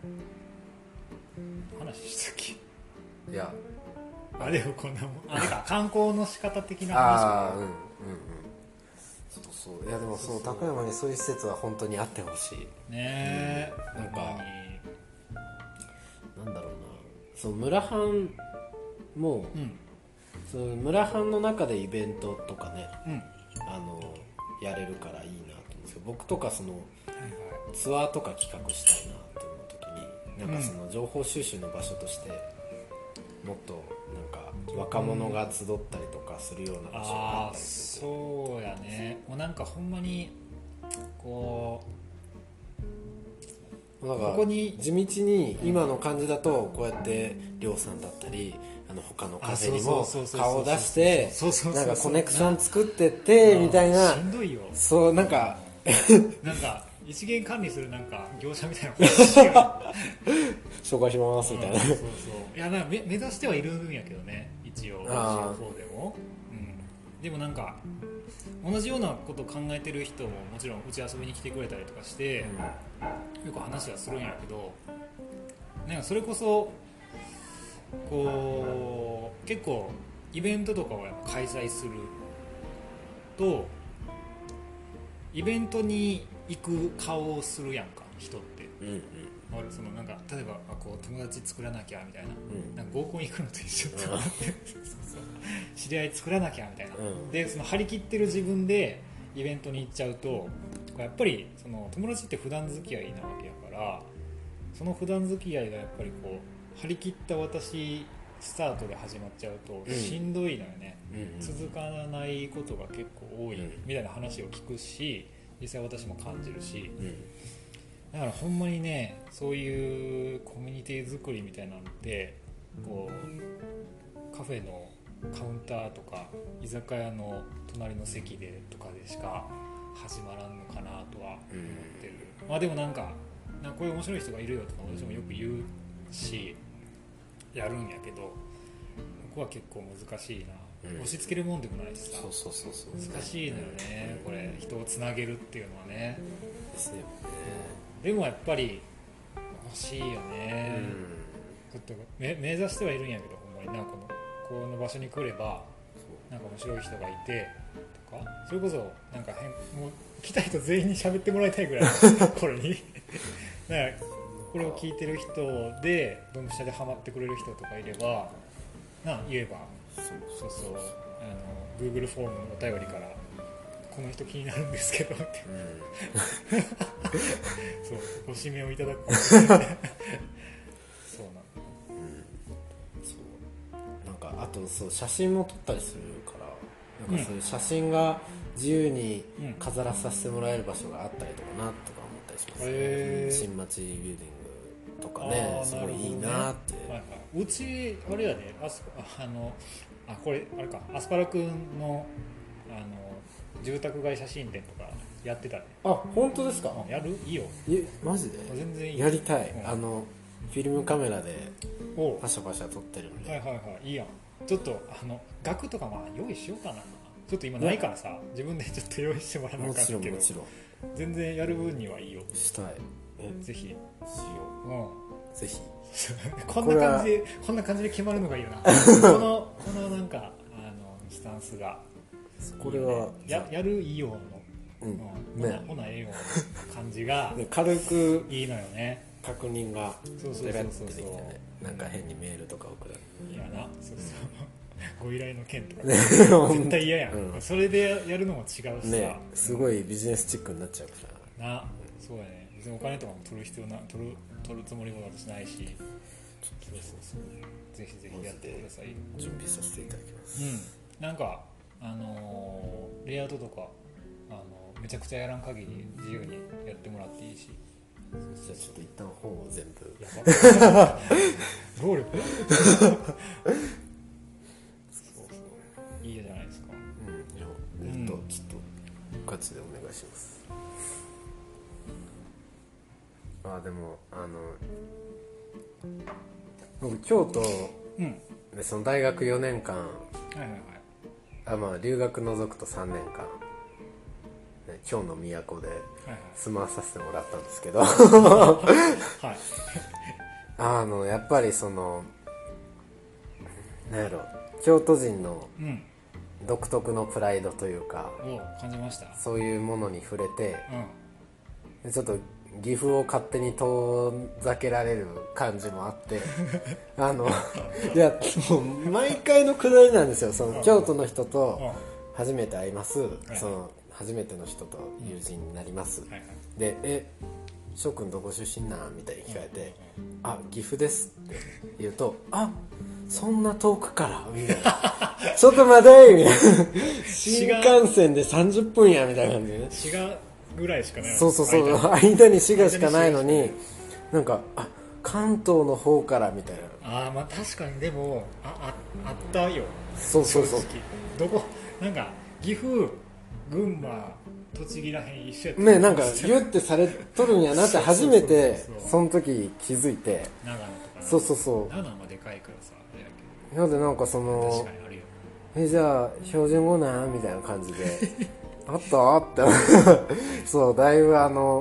にな。話したっけ。いやあれをこんなもんあれか観光の仕方的な話をそういやでもその高山にそういう施設は本当にあってほしいね。 なんかなんだろうな、その村藩も、その村藩の中でイベントとかね、やれるからいいなと思うんですけど、僕とかその、ツアーとか企画したいなと思う時に、なんかその情報収集の場所としてもっとなんか若者が集ったりとかするような場所があったりすると、 そうやね、もうなんかほんまにこなんかここに地道に今の感じだとこうやって亮さんだったり他のカフェにも顔を出してなんかコネクション作ってってみたいな、 しんどいよ、 そうなんか一元管理するなんか業者みたいな紹介しますみたいな、 そういやなんか目指してはいるんやけどね、一応そうでも、でもなんか同じようなことを考えてる人ももちろんうち遊びに来てくれたりとかして、よく話はするんやけど、なんかそれこそこう結構イベントとかをやっぱ開催するとイベントに行く顔をするやんか人って、そのなんか例えばこう友達作らなきゃみたいな、なんか合コン行くのと一緒って思って知り合い作らなきゃみたいな、でその張り切ってる自分でイベントに行っちゃうとやっぱりその友達って普段付き合いなわけやから、その普段付き合いがやっぱりこう張り切った私スタートで始まっちゃうとしんどいのよね、続かないことが結構多いみたいな話を聞くし、実際私も感じるし、だからほんまにね、そういうコミュニティ作りみたいなのってこうカフェのカウンターとか居酒屋の隣の席でとかでしか始まらんのかなとは思ってる。まあでもなんかこういう面白い人がいるよとか私もよく言うしやるんやけど、ここは結構難しいな押し付けるもんでもないしさ、 そうそうそうそう難しいのよね、これ人をつなげるっていうのはね。 ですよね。 でもやっぱり欲しいよね、ちょっと目指してはいるんやけど、ほんまになんかこの場所に来ればなんか面白い人がいてとか、それこそなんかもう来た人全員に喋ってもらいたいぐらいこれにだからこれを聞いてる人でドンピシャでハマってくれる人とかいれば言えば、そうGoogle フォームのお便りからこの人気になるんですけどって、そうご指名をいただくそうなんだ、 そうなんかあとそう写真も撮ったりするから、なんかそういう写真が自由に飾らさせてもらえる場所があったりとかなとか思ったりしますね。新町ビルディングとかね、すごいいいなって、 はいはい、うちあれやで、これあれか、アスパラくんの住宅街写真展とかやってたね。 あ、本当ですか？ やる？いいよ。 マジで？ 全然いい。 やりたい。フィルムカメラでパシャパシャ撮ってるんで。 はいはいはい、いいやん。ちょっと額とか用意しようかな。ちょっと今ないからさ、自分でちょっと用意してもらわなきゃいけないけど。もちろん全然やる分にはいいよ。 したい。 ぜひしよう。ぜひ。 こんな感じで決まるのがいいよな。このなんかスタンスが。 これはやるいいよの、ほなええよの感じが軽くいいのよね。 確認がそうなんか変にメールとか送る。 いやな、そうご依頼の件とか絶対嫌やん。それでやるのも違うしさ、 すごいビジネスチックになっちゃうからな。そうやね。別にお金とかも取るつもりも私ないし、ぜひぜひやってください。 準備させていただきます。 なんかレイアウトとかめちゃくちゃやらん限り自由にやってもらっていいし。 じゃあちょっと一旦本を全部労力いいじゃないですか。 ちょっとガチでお願いします。でも僕京都でその大学4年間、留学除くと3年間京の都で住まわさせてもらったんですけどやっぱりなんやろ、京都人の独特のプライドというか、 感じました。そういうものに触れて、ちょっと岐阜を勝手に遠ざけられる感じもあっていやもう毎回のくだりなんですよ。京都の人と初めて会います、初めての人と友人になります、で翔くんどこ出身なんみたいに聞かれて、岐阜ですって言うと、そんな遠くからみたいなちょっと待てみたいな新幹線で30分やみたいな感じでね、 滋賀ぐらいしかない。 そう間に滋賀しかないのに、なんか関東の方からみたいな。 確かに。でもあったよ。 そうどこなんか岐阜、群馬、栃木らへん一緒やったね。なんかギュッてされとるんやなって初めてその時気づいて、 長野とか長野はでかいからさなんでなんか確かにあるよ。じゃあ標準語なんみたいな感じであったってそう、だいぶ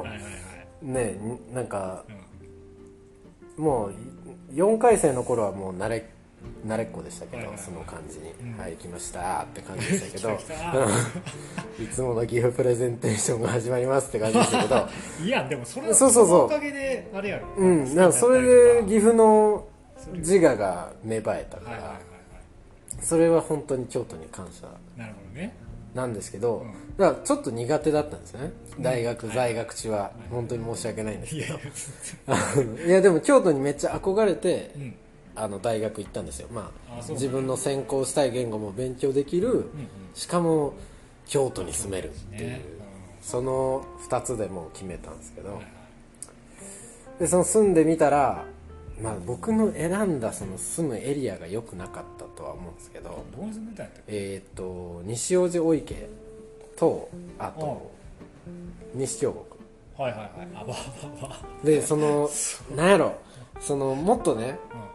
なんか、もう4回生の頃はもう慣れっこでしたけど、その感じに行きましたって感じでしたけどいつもの岐阜プレゼンテーションが始まりますって感じでしたけどいやでもそのおかげであれやろ、 なんかそれで岐阜の自我が芽生えたから、それは本当に京都に感謝なんですけど、だからちょっと苦手だったんですよね、在学中は。本当に申し訳ないんですけどいやでも京都にめっちゃ憧れて、大学行ったんですよ。自分の専攻したい言語も勉強できる、しかも京都に住めるっていう、その2つでもう決めたんですけど、で住んでみたら、僕の選んだ住むエリアが良くなかったとは思うんですけど、 どう住んでたんやったっけ？西大路大池と、あと西京極でなんやろ、もっとね、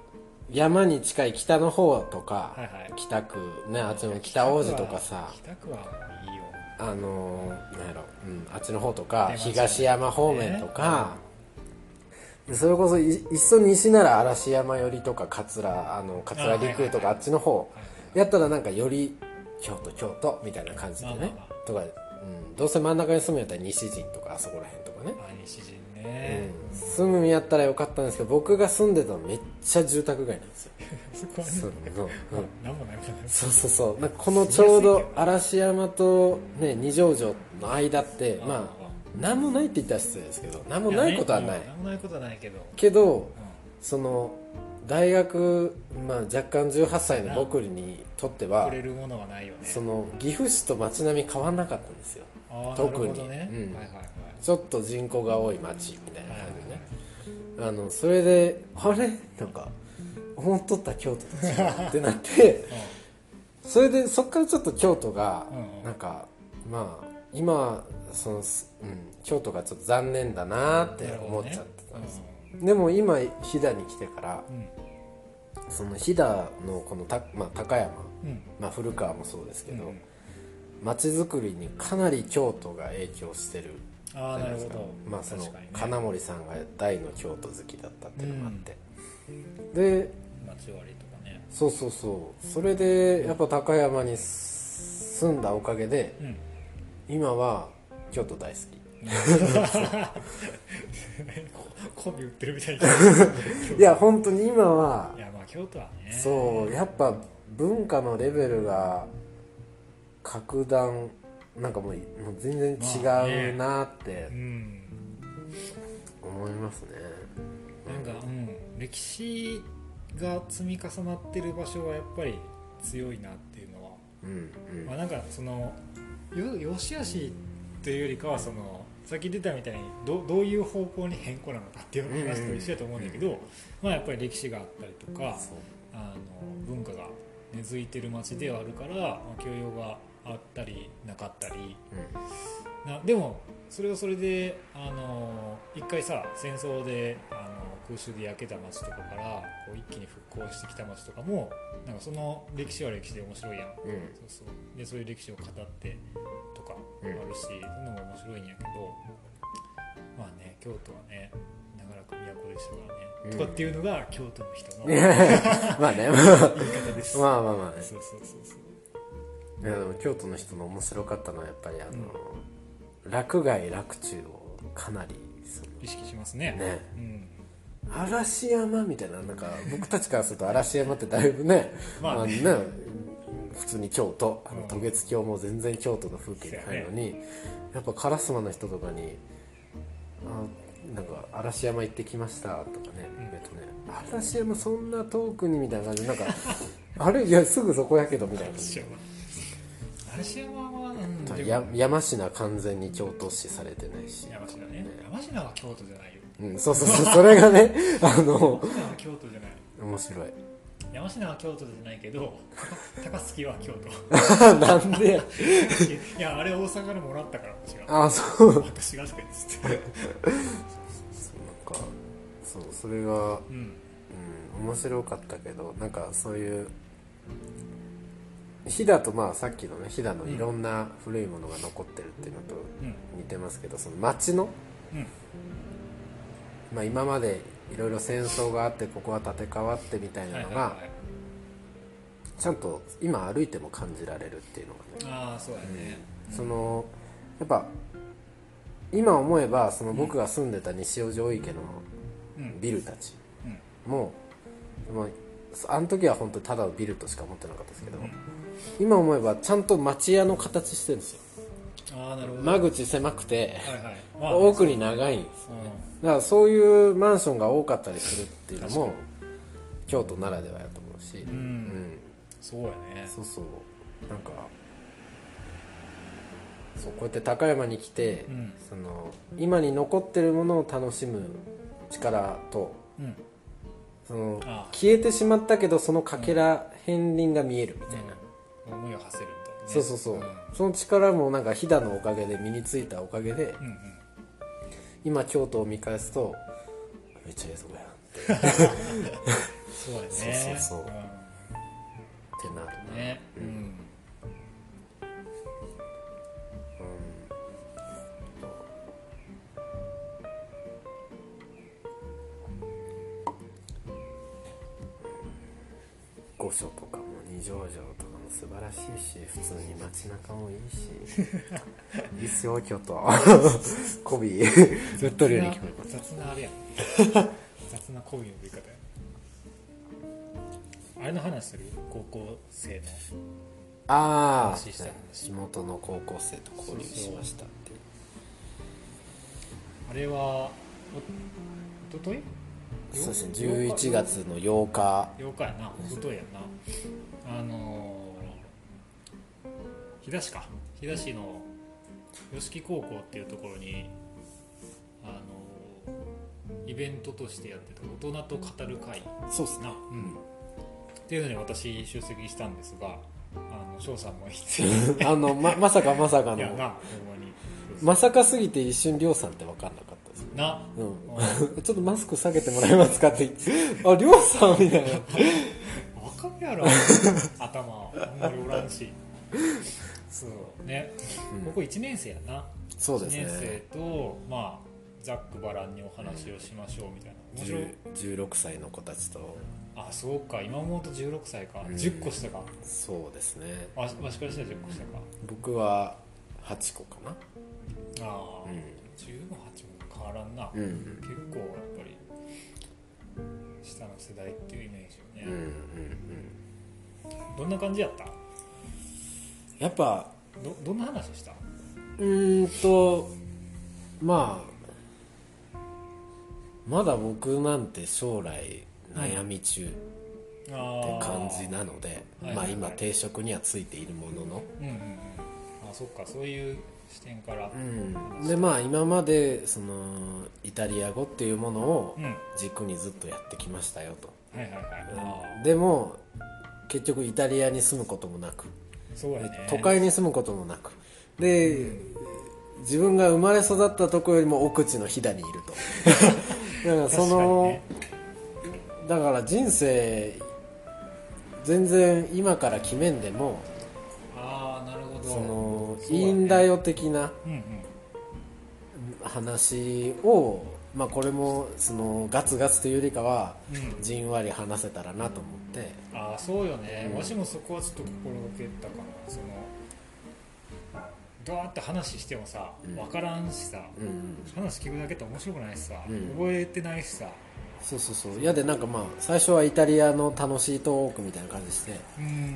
山に近い北の方とか、 はいはい、 北区ね、あっちの北大路とかさ、 北区はいいよ、 なんやろ、あっちの方とか東山方面とか、それこそいっそ西なら嵐山寄りとか桂陸とかあっちの方やったらなんかより京都みたいな感じでね、とか、どうせ真ん中に住むんやったら西陣とかあそこら辺とかね、 西陣ね、 住むんやったらよかったんですけど、僕が住んでたのめっちゃ住宅街なんですよそこはね、なんもないもんね。 そうなんかこのちょうど嵐山とね二条城の間ってまあ何もないって言ったら失礼ですけど、何もないことはない、 何もないことはないけど、その大学、若干18歳の僕にとっては触れるものはないよね。 その岐阜市と街並み変わんなかったんですよ、特に、ちょっと人口が多い街みたいな感じでね、それであれなんか思っとった京都と違うってなってそれでそっからちょっと京都がなんか今京都がちょっと残念だなって思っちゃってたんですよ、でも今飛騨に来てから、その飛騨のこの高山、古川もそうですけど、街づくりにかなり京都が影響してるじゃないですか。その金森さんが大の京都好きだったっていうのもあって、で街割りとかね、 それでやっぱ高山に住んだおかげで、今は京都大好きコンビ売ってるみたいいや本当に今は、 いや京都はね、 そうやっぱ文化のレベルが格段なんかもう全然違うなって思いますね。 なんか、歴史が積み重なってる場所はやっぱり強いなっていうのは、なんかそのよしあしというよりかは、そのさっき出たみたいにどういう方向に変更なのかっていう話と一緒だと思うんだけど、やっぱり歴史があったりとか文化が根付いてる街ではあるから、教養があったりなかったり、でもそれはそれで一回さ戦争で空襲で焼けた街とかからこう一気に復興してきた街とかもなんかその歴史は歴史で面白いやん、そういう歴史を語ってとかあるし、そういうのも面白いんやけど、京都はね長らく都でしたからね、とかっていうのが京都の人の言い方です。 いやでも京都の人の面白かったのはやっぱり洛外洛中をかなり意識しますね。 嵐山みたいな、なんか僕たちからすると嵐山ってだいぶね普通に京都渡月橋も全然京都の風景に入るのに、やっぱ烏丸の人とかになんか嵐山行ってきましたとかね、嵐山そんな遠くにみたいな感じで、なんかあれいやすぐそこやけどみたいな。 嵐山は山科完全に京都市されてないし、 山科は京都じゃないよ。 それがね山科は京都じゃない。 面白い。 山科は京都じゃないけど高槻は京都なんでいやあれ大阪でもらったから私が。私がとか言ってそれが面白かったけど、なんかそういう飛騨とさっきのね飛騨のいろんな古いものが残ってるっていうのと似てますけど、その町の、今までいろいろ戦争があってここは建て替わってみたいなのがちゃんと今歩いても感じられるっていうのがね。 そうだね。 そのやっぱ今思えばその僕が住んでた西尾上池のビルたちもあの時は本当にただのビルとしか思ってなかったですけど、今思えばちゃんと町屋の形してるんですよ。間口狭くて奥に長いんですよね。だからそういうマンションが多かったりするっていうのも京都ならではやと思うし、 そうやね。 なんかこうやって高山に来て、その今に残ってるものを楽しむ力と、その消えてしまったけどそのかけら片鱗が見えるみたいな、 思いを馳せるみたいなね。 その力もなんか飛騨のおかげで身についたおかげで、今京都を見返すとめっちゃええとこやそうやね。 そう、ってなるなね。 御所とかも二条城とかも素晴らしいし、普通に街中もいいしいいっすよ京都コビずっとるように聞こえます。 雑なあれやん雑なコビの呼び方や。あれの話する？高校生の話した話。 地元の高校生と交流しましたっていう。 あれはおととい？ そうですね、11月の8日やな、おとといやな。飛騨市の吉木高校っていうところにイベントとしてやってた大人と語る会、 そうっすな、 っていうのに私出席したんですが、翔さんもいてまさかのいやな、ほんまにまさかすぎて一瞬りょうさんって分かんなかったですな、 ちょっとマスク下げてもらえますかってあ、りょうさんみたいな分かるやろ頭あんまりおらんしそうね、ここ1年生やな。 そうですね、 1年生とまあざっくばらんにお話をしましょうみたいな。面白い。 16歳の子たちと。 あ、そうか、今思うと16歳か、10個下か。 そうですね、 わしからしたら10個下か。 僕は8個かな。 ああ、10も8も変わらんな、結構やっぱり下の世代っていうイメージよね。どんな感じやった？ やっぱどんな話した？ まあまだ僕なんて将来悩み中って感じなので、まあ今定職にはついているものの、 あ、そっか、そういう視点から、 でまあ今までそのイタリア語っていうものを軸にずっとやってきましたよと、でも結局イタリアに住むこともなく、 そうやね、 都会に住むこともなくで、自分が生まれ育ったところよりも奥地の飛騨にいるとだからそのだから人生全然今から決めんでも、 なるほど、 そのいいんだよ的な話を、まあこれもそのガツガツというよりかはじんわり話せたらなと思って。 ああ、そうよね、わしもそこはちょっと心がけたかな。そのドーって話してもさ、分からんしさ、話聞くだけって面白くないしさ、覚えてないしさ。 そう嫌で、なんかまあ最初はイタリアの楽しいトークみたいな感じして、イ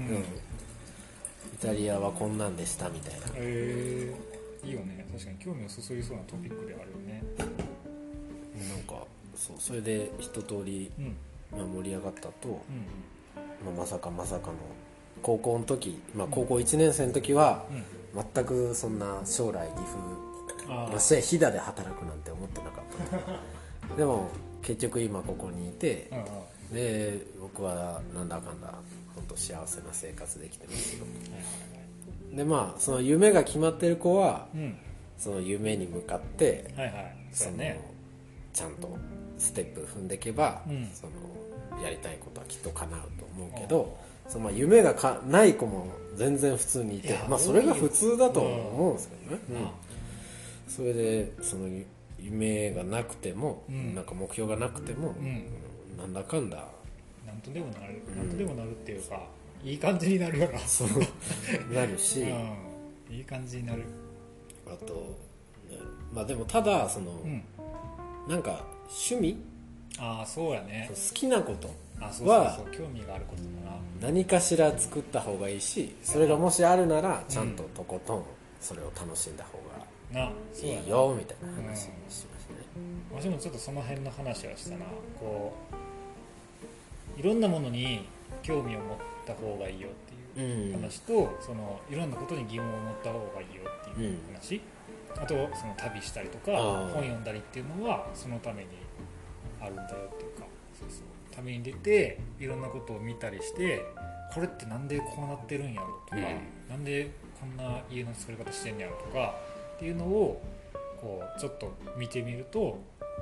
タリアはこんなんでしたみたいな。 いいよね、確かに興味を注ぎそうなトピックであるよね。 なんかそれで一通り、盛り上がったと、まさかの高校の時、高校1年生の時は、全くそんな将来岐阜まして飛騨で働くなんて思ってなかったでも結局今ここにいて、で僕はなんだかんだ本当幸せな生活できてますよ、でまあその夢が決まってる子は、その夢に向かって、そのちゃんとステップ踏んでいけば、そのやりたいことはきっと叶うと思うけど、その夢がない子も全然普通にいて、それが普通だと思うんですけどね、それでその夢がなくても、なんか目標がなくても、なんだかんだなんとでもなる、なんとでもなるっていうか、いい感じになるよな。 そうなるし、 いい感じになる。 あと、でもただその、なんか趣味、 そうやね、 好きなことは興味があることだな、 何かしら作った方がいいし、それがもしあるならちゃんととことんそれを楽しんだ方がいいよみたいな話にしましたね。 私もちょっとその辺の話はしたな。こういろんなものに興味を持った方がいいよっていう話と、そのいろんなことに疑問を持った方がいいよっていう話、あとその旅したりとか本読んだりっていうのはそのためにあるんだよっていうか、旅に出ていろんなことを見たりして、これってなんでこうなってるんやろとか、なんでこんな家の作り方してんやろとかっていうのをこうちょっと見てみると、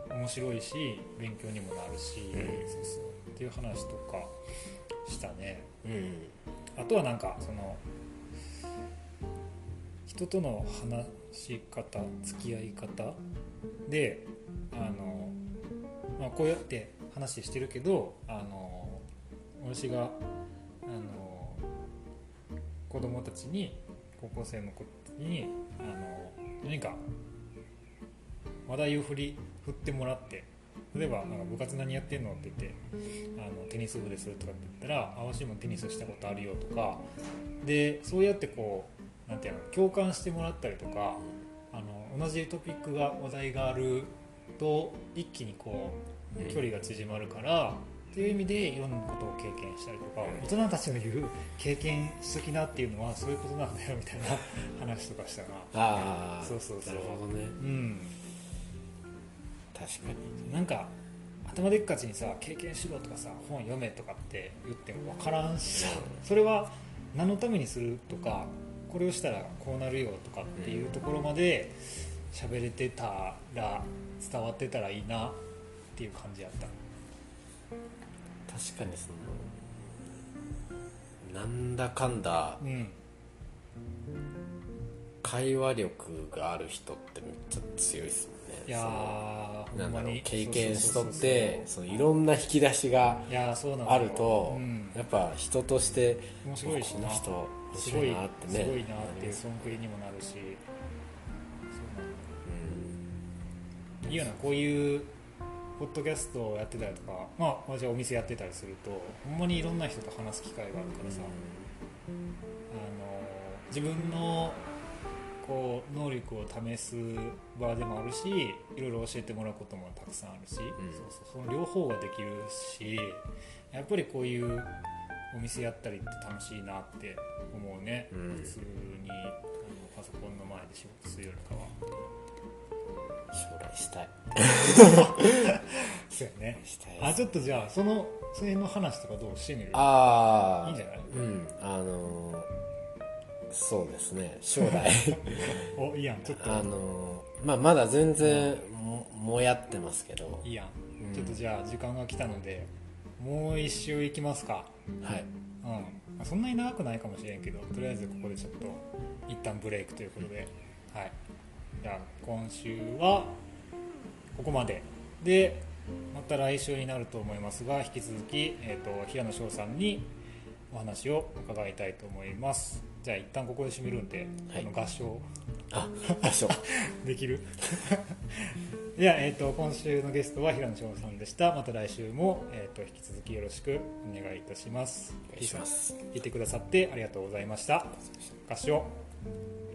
面白いし勉強にもなるし、そうそうっていう話とかしたね、あとはなんかその人との話し方付き合い方でこうやって話してるけど私が子供たちに高校生の子に何か話題を振ってもらって、例えばなんか部活何やってんのって言ってテニス部ですとかって言ったら、私もテニスしたことあるよとかで、そうやってこうなんていうの共感してもらったりとか、同じトピックが話題があると一気にこう距離が縮まるからっていう意味でいろんなことを経験したりとか、大人たちの言う経験しときなっていうのはそういうことなんだよみたいな話とかしたな。そうそうそう、 なるほどね、確かになんか頭でっかちにさ経験しろとかさ本読めとかって言っても分からんしさ、それは何のためにするとかこれをしたらこうなるよとかっていうところまで喋れてたら伝わってたらいいなっていう感じやった。 確かにそのなんだかんだ、会話力がある人ってめっちゃ強いですもんね。 いやーなんだろう、経験しとっていろんな引き出しがあると、やっぱ人として面白いしな、 この人面白いなってね、 すごいなっていう尊敬にもなるし、いいよな、こういうポッドキャストをやってたりとか、私はお店やってたりするとほんまにいろんな人と話す機会があるからさ、自分のこう能力を試す場でもあるし、いろいろ教えてもらうこともたくさんあるし、その両方ができるし、やっぱりこういうお店やったりって楽しいなって思うね、普通にパソコンの前で仕事するよりかは。 将来したいそうやね、 したい。 ちょっとじゃあその辺の話とかどうしてみる？いいんじゃない？ そうですね、将来お、いいやん、ちょっとまだ全然もやってますけど、 いいやん、ちょっとじゃあ時間が来たのでもう一周いきますか。 はい、 そんなに長くないかもしれんけど、とりあえずここでちょっと一旦ブレイクということで、はい、じゃあ今週はここまでで、また来週になると思いますが、引き続き、平野翔さんにお話を伺いたいと思います。じゃあ一旦ここで締めるんで、合唱できるでは、今週のゲストは平野翔さんでした。また来週も、引き続きよろしくお願いいたします。 お願いします。 聞いてくださってありがとうございました。合唱。